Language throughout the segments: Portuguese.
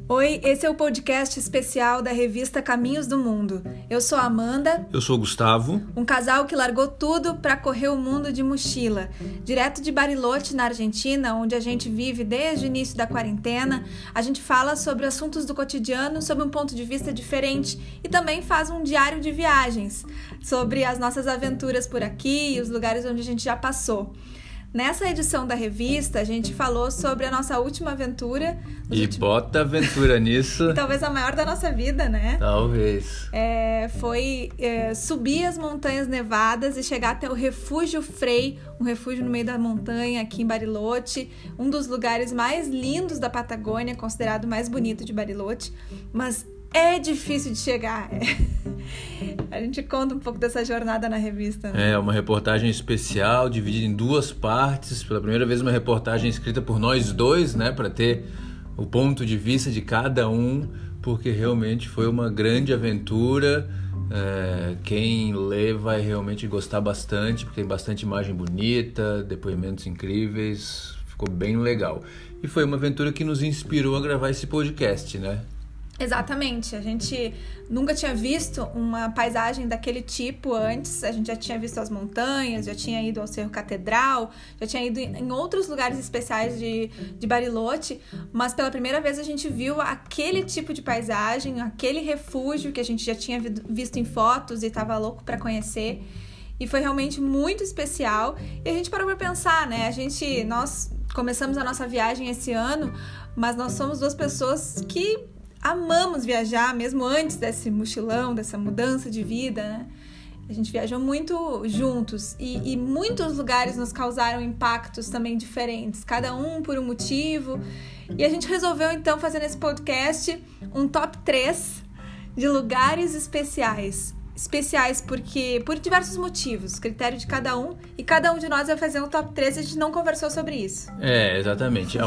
Oi, esse é o podcast especial da revista Caminhos do Mundo. Eu sou a Amanda. Eu sou o Gustavo. Um casal que largou tudo para correr o mundo de mochila. Direto de Bariloche, na Argentina, onde a gente vive desde o início da quarentena, a gente fala sobre assuntos do cotidiano sob um ponto de vista diferente e também faz um diário de viagens sobre as nossas aventuras por aqui e os lugares onde a gente já passou. Nessa edição da revista, a gente falou sobre a nossa última aventura. Bota aventura nisso. Talvez a maior da nossa vida, né? Talvez. Foi subir as montanhas nevadas e chegar até o Refúgio Frei, um refúgio no meio da montanha aqui em Bariloche, um dos lugares mais lindos da Patagônia, considerado o mais bonito de Bariloche, mas é difícil de chegar. A gente conta um pouco dessa jornada na revista, né? É uma reportagem especial, dividida em duas partes. Pela primeira vez, uma reportagem escrita por nós dois, né? Para ter o ponto de vista de cada um, porque realmente foi uma grande aventura. Quem lê vai realmente gostar bastante, porque tem bastante imagem bonita, depoimentos incríveis. Ficou bem legal. E foi uma aventura que nos inspirou a gravar esse podcast, né? Exatamente, a gente nunca tinha visto uma paisagem daquele tipo antes. A gente já tinha visto as montanhas, já tinha ido ao Cerro Catedral, já tinha ido em outros lugares especiais de Bariloche, mas pela primeira vez a gente viu aquele tipo de paisagem, aquele refúgio que a gente já tinha visto em fotos e estava louco para conhecer, e foi realmente muito especial. E a gente parou para pensar, né? Nós começamos a nossa viagem esse ano, mas nós somos duas pessoas que amamos viajar, mesmo antes desse mochilão, dessa mudança de vida, né? A gente viajou muito juntos e muitos lugares nos causaram impactos também diferentes, cada um por um motivo. E a gente resolveu, então, fazer nesse podcast um top 3 de lugares especiais. Especiais porque, por diversos motivos, critério de cada um, e cada um de nós vai fazer um top 3 e a gente não conversou sobre isso. Exatamente.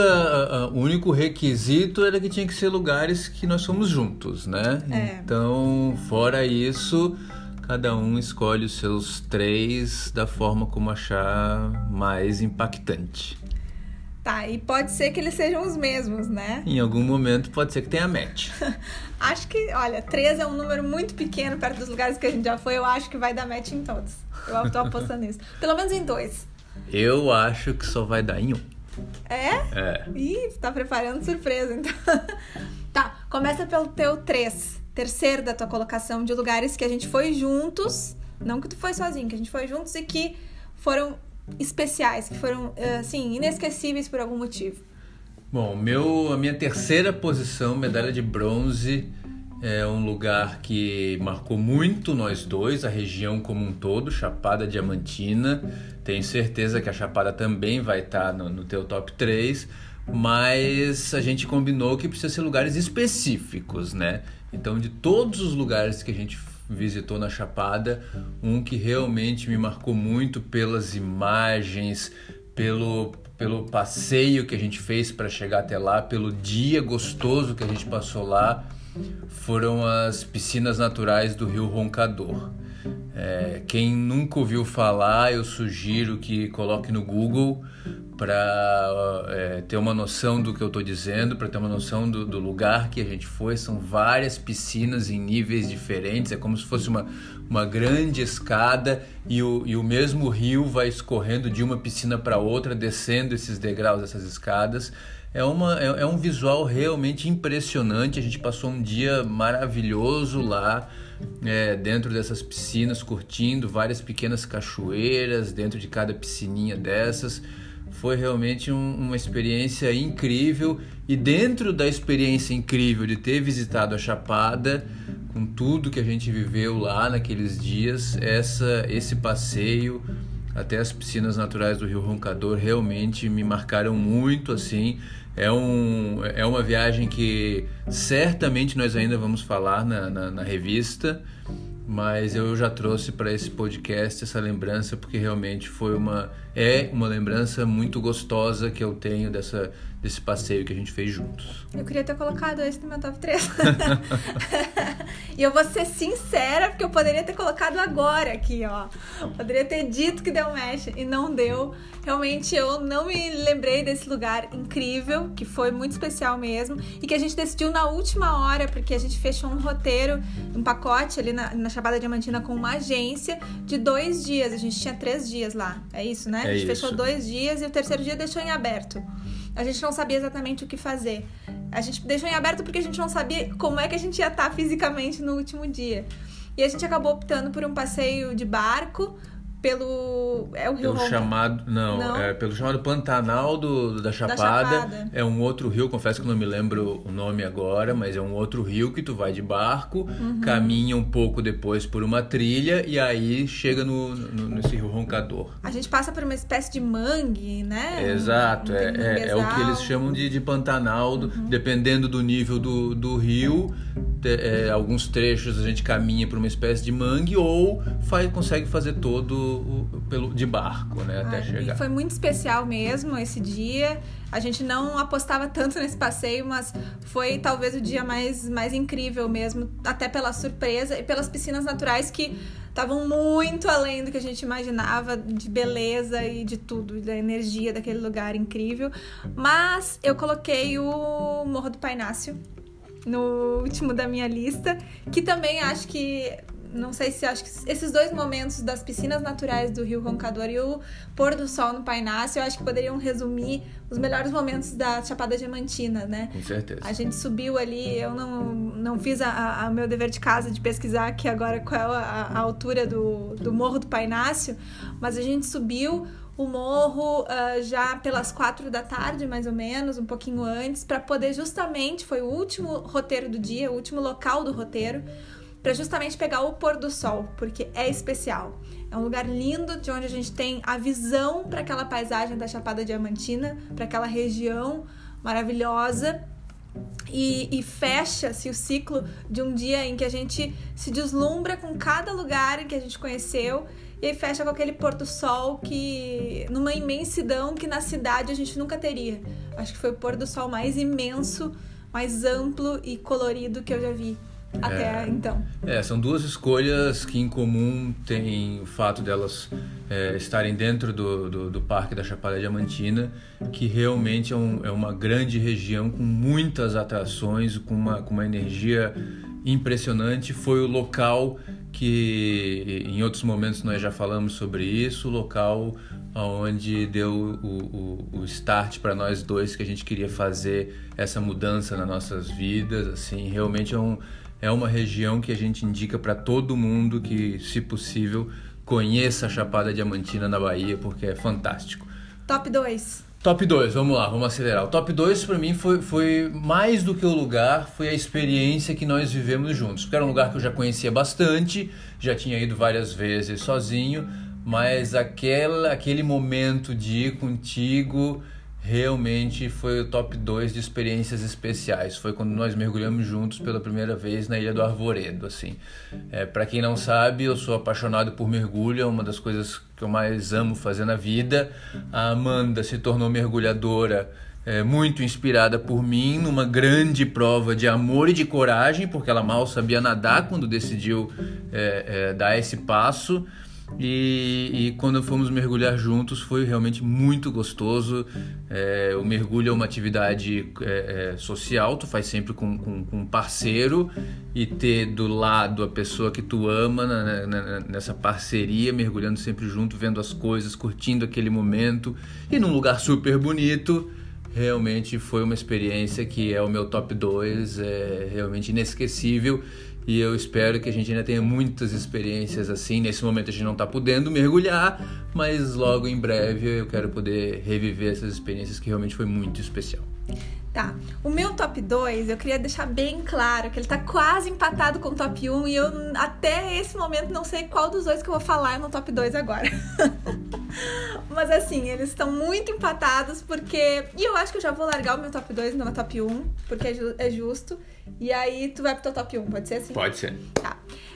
O único requisito era que tinha que ser lugares que nós fomos juntos, né? Então, fora isso, cada um escolhe os seus 3 da forma como achar mais impactante. Tá, e pode ser que eles sejam os mesmos, né? Em algum momento pode ser que tenha match. Acho que, olha, 3 é um número muito pequeno perto dos lugares que a gente já foi. Eu acho que vai dar match em todos. Eu tô apostando nisso. Pelo menos em 2. Eu acho que só vai dar em 1. É? Ih, tá preparando surpresa, então. Tá, começa pelo teu 3. Terceiro da tua colocação de lugares que a gente foi juntos. Não que tu foi sozinho, que a gente foi juntos e que foram especiais, que foram, assim, inesquecíveis por algum motivo. Bom, a minha terceira posição, medalha de bronze, é um lugar que marcou muito nós dois, a região como um todo, Chapada Diamantina. Tenho certeza que a Chapada também vai estar no teu top 3, mas a gente combinou que precisa ser lugares específicos, né? Então, de todos os lugares que a gente visitou na Chapada, um que realmente me marcou muito pelas imagens, pelo passeio que a gente fez para chegar até lá, pelo dia gostoso que a gente passou lá, foram as piscinas naturais do Rio Roncador. Quem nunca ouviu falar, eu sugiro que coloque no Google para ter uma noção do que eu estou dizendo, para ter uma noção do lugar que a gente foi. São várias piscinas em níveis diferentes, é como se fosse uma grande escada e o mesmo rio vai escorrendo de uma piscina para outra, descendo esses degraus, essas escadas. É um visual realmente impressionante. A gente passou um dia maravilhoso lá, dentro dessas piscinas, curtindo várias pequenas cachoeiras dentro de cada piscininha dessas. Foi realmente uma experiência incrível, e dentro da experiência incrível de ter visitado a Chapada, com tudo que a gente viveu lá naqueles dias, esse passeio até as piscinas naturais do Rio Roncador realmente me marcaram muito, assim. É uma viagem que certamente nós ainda vamos falar na revista, mas eu já trouxe para esse podcast essa lembrança, porque realmente é uma lembrança muito gostosa que eu tenho desse passeio que a gente fez juntos. Eu queria ter colocado esse no meu top 3. E eu vou ser sincera, porque eu poderia ter colocado agora aqui, ó. Poderia ter dito que deu match e não deu. Realmente eu não me lembrei desse lugar incrível, que foi muito especial mesmo, e que a gente decidiu na última hora, porque a gente fechou um roteiro, um pacote ali na Chapada Diamantina com uma agência de 2 dias. A gente tinha 3 dias lá, é isso, né? A gente fechou 2 dias e o terceiro dia deixou em aberto. A gente não sabia exatamente o que fazer. A gente deixou em aberto porque a gente não sabia como é que a gente ia estar fisicamente no último dia. E a gente acabou optando por um passeio de barco pelo... É o Rio Ronca... chamado... Não, é pelo chamado Pantanal da Chapada. É um outro rio, confesso que não me lembro o nome agora, mas é um outro rio que tu vai de barco, caminha um pouco depois por uma trilha e aí chega nesse rio Roncador. A gente passa por uma espécie de mangue, né? Exato, é o que eles chamam de Pantanal, dependendo do nível do rio. Alguns trechos a gente caminha por uma espécie de mangue ou consegue fazer todo de barco, né, até chegar. E foi muito especial mesmo esse dia. A gente não apostava tanto nesse passeio, mas foi talvez o dia mais incrível mesmo, até pela surpresa e pelas piscinas naturais que estavam muito além do que a gente imaginava, de beleza e de tudo, da energia daquele lugar incrível. Mas eu coloquei o Morro do Painácio no último da minha lista, que também acho que... Não sei se acho que esses 2 momentos das piscinas naturais do Rio Roncador e o pôr do sol no Painácio, eu acho que poderiam resumir os melhores momentos da Chapada Diamantina, né? Com certeza. A gente subiu ali, eu não fiz o meu dever de casa de pesquisar aqui agora qual é a altura do Morro do Painácio, mas a gente subiu o morro já pelas 4 da tarde, mais ou menos, um pouquinho antes, para poder justamente, foi o último roteiro do dia, o último local do roteiro, para justamente pegar o pôr do sol, porque é especial. É um lugar lindo, de onde a gente tem a visão para aquela paisagem da Chapada Diamantina, para aquela região maravilhosa, e fecha-se o ciclo de um dia em que a gente se deslumbra com cada lugar em que a gente conheceu, e aí fecha com aquele pôr do sol que, numa imensidão que na cidade a gente nunca teria. Acho que foi o pôr do sol mais imenso, mais amplo e colorido que eu já vi até então. São 2 escolhas que em comum tem o fato delas estarem dentro do Parque da Chapada Diamantina, que realmente é uma grande região com muitas atrações, com uma energia impressionante. Foi o local que em outros momentos nós já falamos sobre isso, o local onde deu o start para nós dois, que a gente queria fazer essa mudança nas nossas vidas. Assim, realmente é uma região que a gente indica para todo mundo que, se possível, conheça a Chapada Diamantina na Bahia, porque é fantástico. Top 2. Top 2, vamos lá, vamos acelerar. O top 2 para mim foi mais do que o lugar, foi a experiência que nós vivemos juntos. Porque era um lugar que eu já conhecia bastante, já tinha ido várias vezes sozinho, mas aquele momento de ir contigo realmente foi o top 2 de experiências especiais. Foi quando nós mergulhamos juntos pela primeira vez na Ilha do Arvoredo. Assim. Para quem não sabe, eu sou apaixonado por mergulho, é uma das coisas que eu mais amo fazer na vida. A Amanda se tornou mergulhadora muito inspirada por mim, numa grande prova de amor e de coragem, porque ela mal sabia nadar quando decidiu dar esse passo. E quando fomos mergulhar juntos foi realmente muito gostoso. O mergulho é uma atividade social, tu faz sempre com um parceiro, e ter do lado a pessoa que tu ama nessa parceria, mergulhando sempre junto, vendo as coisas, curtindo aquele momento e num lugar super bonito. Realmente foi uma experiência que é o meu top 2, é realmente inesquecível. E eu espero que a gente ainda tenha muitas experiências assim. Nesse momento a gente não está podendo mergulhar, mas logo em breve eu quero poder reviver essas experiências, que realmente foi muito especial. Tá, o meu top 2, eu queria deixar bem claro que ele tá quase empatado com o top 1 e eu até esse momento não sei qual dos dois que eu vou falar no top 2 agora. Mas assim, eles estão muito empatados porque... E eu acho que eu já vou largar o meu top 2 no meu top 1, porque é justo. E aí tu vai pro teu top 1, pode ser assim? Pode ser. Tá.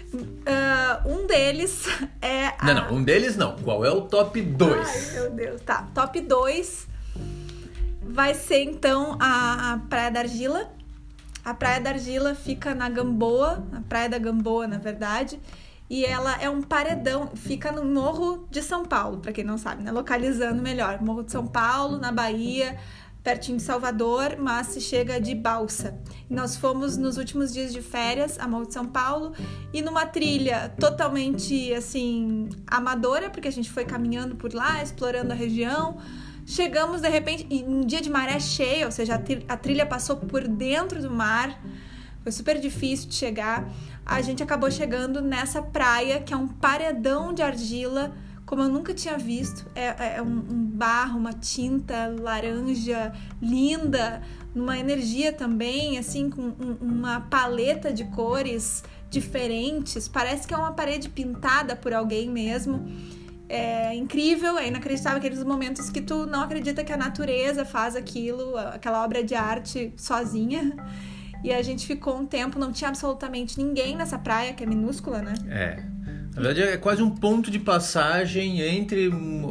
Um deles é... Não, um deles não. Qual é o top 2? Ai, meu Deus. Tá, top 2... vai ser então a Praia da Argila. A Praia da Argila fica na Gamboa, na Praia da Gamboa, na verdade, e ela é um paredão, fica no Morro de São Paulo, para quem não sabe, né? Localizando melhor, Morro de São Paulo, na Bahia, pertinho de Salvador, mas se chega de balsa. E nós fomos nos últimos dias de férias a Morro de São Paulo e numa trilha totalmente, assim, amadora, porque a gente foi caminhando por lá, explorando a região. Chegamos, de repente, em um dia de maré cheia, ou seja, a trilha passou por dentro do mar, foi super difícil de chegar. A gente acabou chegando nessa praia, que é um paredão de argila, como eu nunca tinha visto. É um barro, uma tinta laranja linda, uma energia também, assim, com uma paleta de cores diferentes. Parece que é uma parede pintada por alguém mesmo. É incrível, é inacreditável, aqueles momentos que tu não acredita que a natureza faz aquilo, aquela obra de arte sozinha. E a gente ficou um tempo, não tinha absolutamente ninguém nessa praia, que é minúscula, né? Na verdade é quase um ponto de passagem entre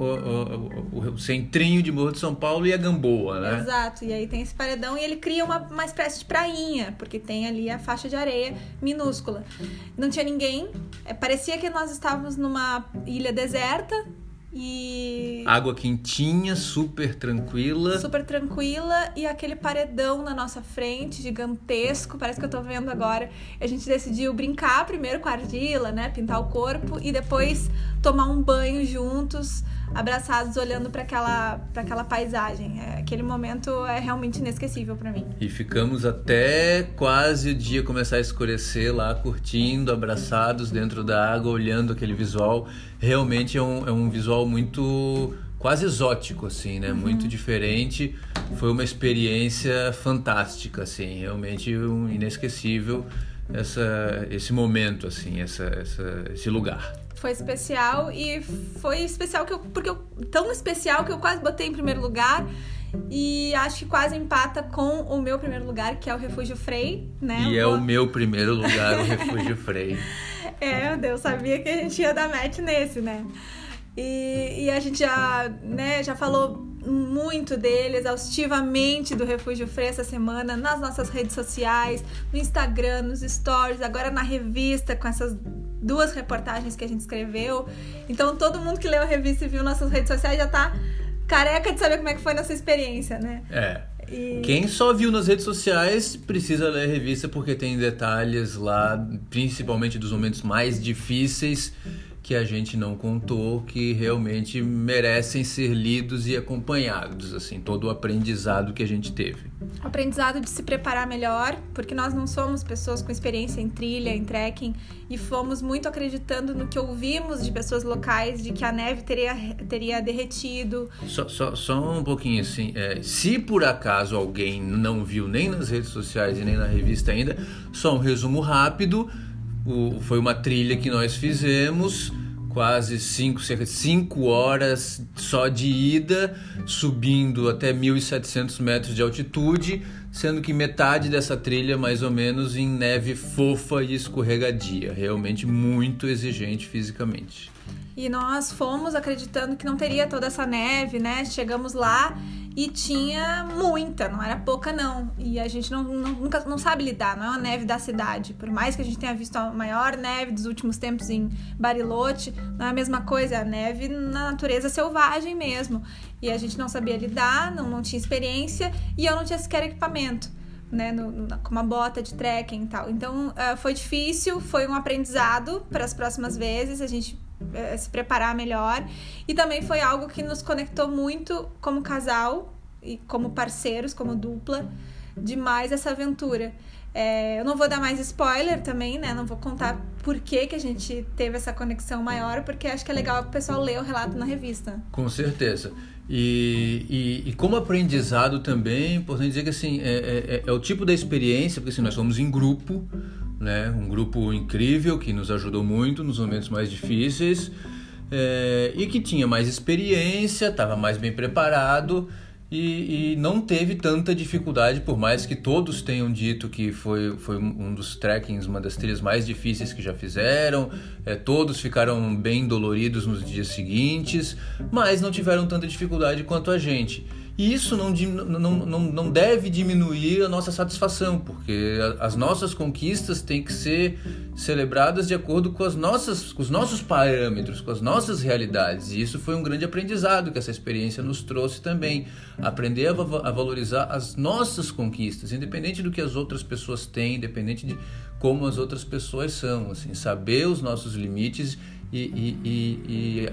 o centrinho de Morro de São Paulo e a Gamboa, né? Exato, e aí tem esse paredão e ele cria uma espécie de prainha, porque tem ali a faixa de areia minúscula. Não tinha ninguém, parecia que nós estávamos numa ilha deserta e... água quentinha, super tranquila. Super tranquila e aquele paredão na nossa frente, gigantesco, parece que eu tô vendo agora. A gente decidiu brincar primeiro com a argila, né, pintar o corpo e depois tomar um banho juntos, abraçados, olhando para aquela paisagem. Aquele momento é realmente inesquecível para mim. E ficamos até quase o dia começar a escurecer lá, curtindo, abraçados dentro da água, olhando aquele visual. Realmente é um visual muito quase exótico, assim, né? Muito diferente. Foi uma experiência fantástica, assim, realmente inesquecível esse momento, assim, esse lugar. Foi especial e foi especial tão especial que eu quase botei em primeiro lugar e acho que quase empata com o meu primeiro lugar, que é o Refúgio Frei, né? E é o meu primeiro lugar, o Refúgio Frei. Meu Deus, sabia que a gente ia dar match nesse, né? E a gente já falou muito dele, exaustivamente, do Refúgio Frei essa semana, nas nossas redes sociais, no Instagram, nos stories, agora na revista, com essas 2 reportagens que a gente escreveu. Então todo mundo que leu a revista e viu nossas redes sociais já tá careca de saber como é que foi nossa experiência, né? Quem só viu nas redes sociais precisa ler a revista, porque tem detalhes lá, principalmente dos momentos mais difíceis que a gente não contou, que realmente merecem ser lidos e acompanhados, assim, todo o aprendizado que a gente teve. O aprendizado de se preparar melhor, porque nós não somos pessoas com experiência em trilha, em trekking, e fomos muito acreditando no que ouvimos de pessoas locais, de que a neve teria derretido. Só um pouquinho, assim, se por acaso alguém não viu nem nas redes sociais e nem na revista ainda, só um resumo rápido. Foi uma trilha que nós fizemos, quase cerca de 5 horas só de ida, subindo até 1.700 metros de altitude, sendo que metade dessa trilha mais ou menos em neve fofa e escorregadia, realmente muito exigente fisicamente. E nós fomos acreditando que não teria toda essa neve, né? Chegamos lá e tinha muita, não era pouca não. E a gente nunca não sabe lidar, não é uma neve da cidade. Por mais que a gente tenha visto a maior neve dos últimos tempos em Bariloche, não é a mesma coisa, é a neve na natureza selvagem mesmo. E a gente não sabia lidar, não tinha experiência e eu não tinha sequer equipamento, né, com uma bota de trekking e tal. Então foi difícil, foi um aprendizado para as próximas vezes, a gente se preparar melhor, e também foi algo que nos conectou muito como casal e como parceiros, como dupla, demais essa aventura. Eu não vou dar mais spoiler também, né? Não vou contar por que a gente teve essa conexão maior, porque acho que é legal que o pessoal lê o relato na revista. Com certeza. E como aprendizado também, importante dizer que assim, é o tipo da experiência, porque assim, nós fomos em grupo, né? Um grupo incrível que nos ajudou muito nos momentos mais difíceis, e que tinha mais experiência, estava mais bem preparado e não teve tanta dificuldade, por mais que todos tenham dito que foi um dos trekkings, uma das trilhas mais difíceis que já fizeram, todos ficaram bem doloridos nos dias seguintes, mas não tiveram tanta dificuldade quanto a gente. E isso não deve diminuir a nossa satisfação, porque as nossas conquistas têm que ser celebradas de acordo com os nossos parâmetros, com as nossas realidades. E isso foi um grande aprendizado que essa experiência nos trouxe também. Aprender a valorizar as nossas conquistas, independente do que as outras pessoas têm, independente de como as outras pessoas são. Assim, saber os nossos limites e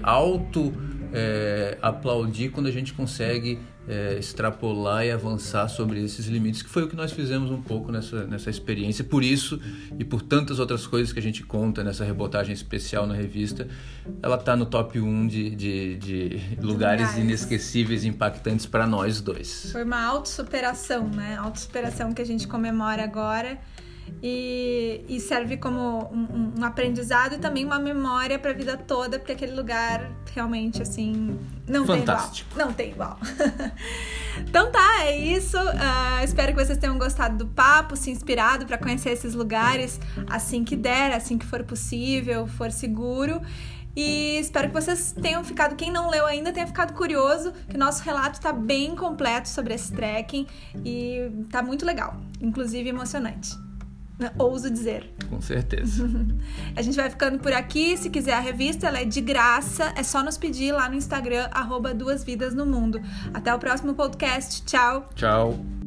aplaudir quando a gente consegue extrapolar e avançar sobre esses limites, que foi o que nós fizemos um pouco nessa experiência. Por isso e por tantas outras coisas que a gente conta nessa reportagem especial na revista, ela está no top 1 de lugares inesquecíveis e impactantes para nós dois. Foi uma autossuperação, né? Autossuperação que a gente comemora agora. E serve como um aprendizado e também uma memória para a vida toda, porque aquele lugar realmente, assim, não fantástico. Tem igual. Então tá, é isso. Espero que vocês tenham gostado do papo, se inspirado para conhecer esses lugares assim que der, assim que for possível, for seguro. E espero que vocês tenham ficado, quem não leu ainda, tenha ficado curioso, que o nosso relato tá bem completo sobre esse trekking e tá muito legal, inclusive emocionante. Ouso dizer. Com certeza. A gente vai ficando por aqui. Se quiser a revista, ela é de graça. É só nos pedir lá no Instagram, @duasvidasnomundo. Até o próximo podcast. Tchau. Tchau.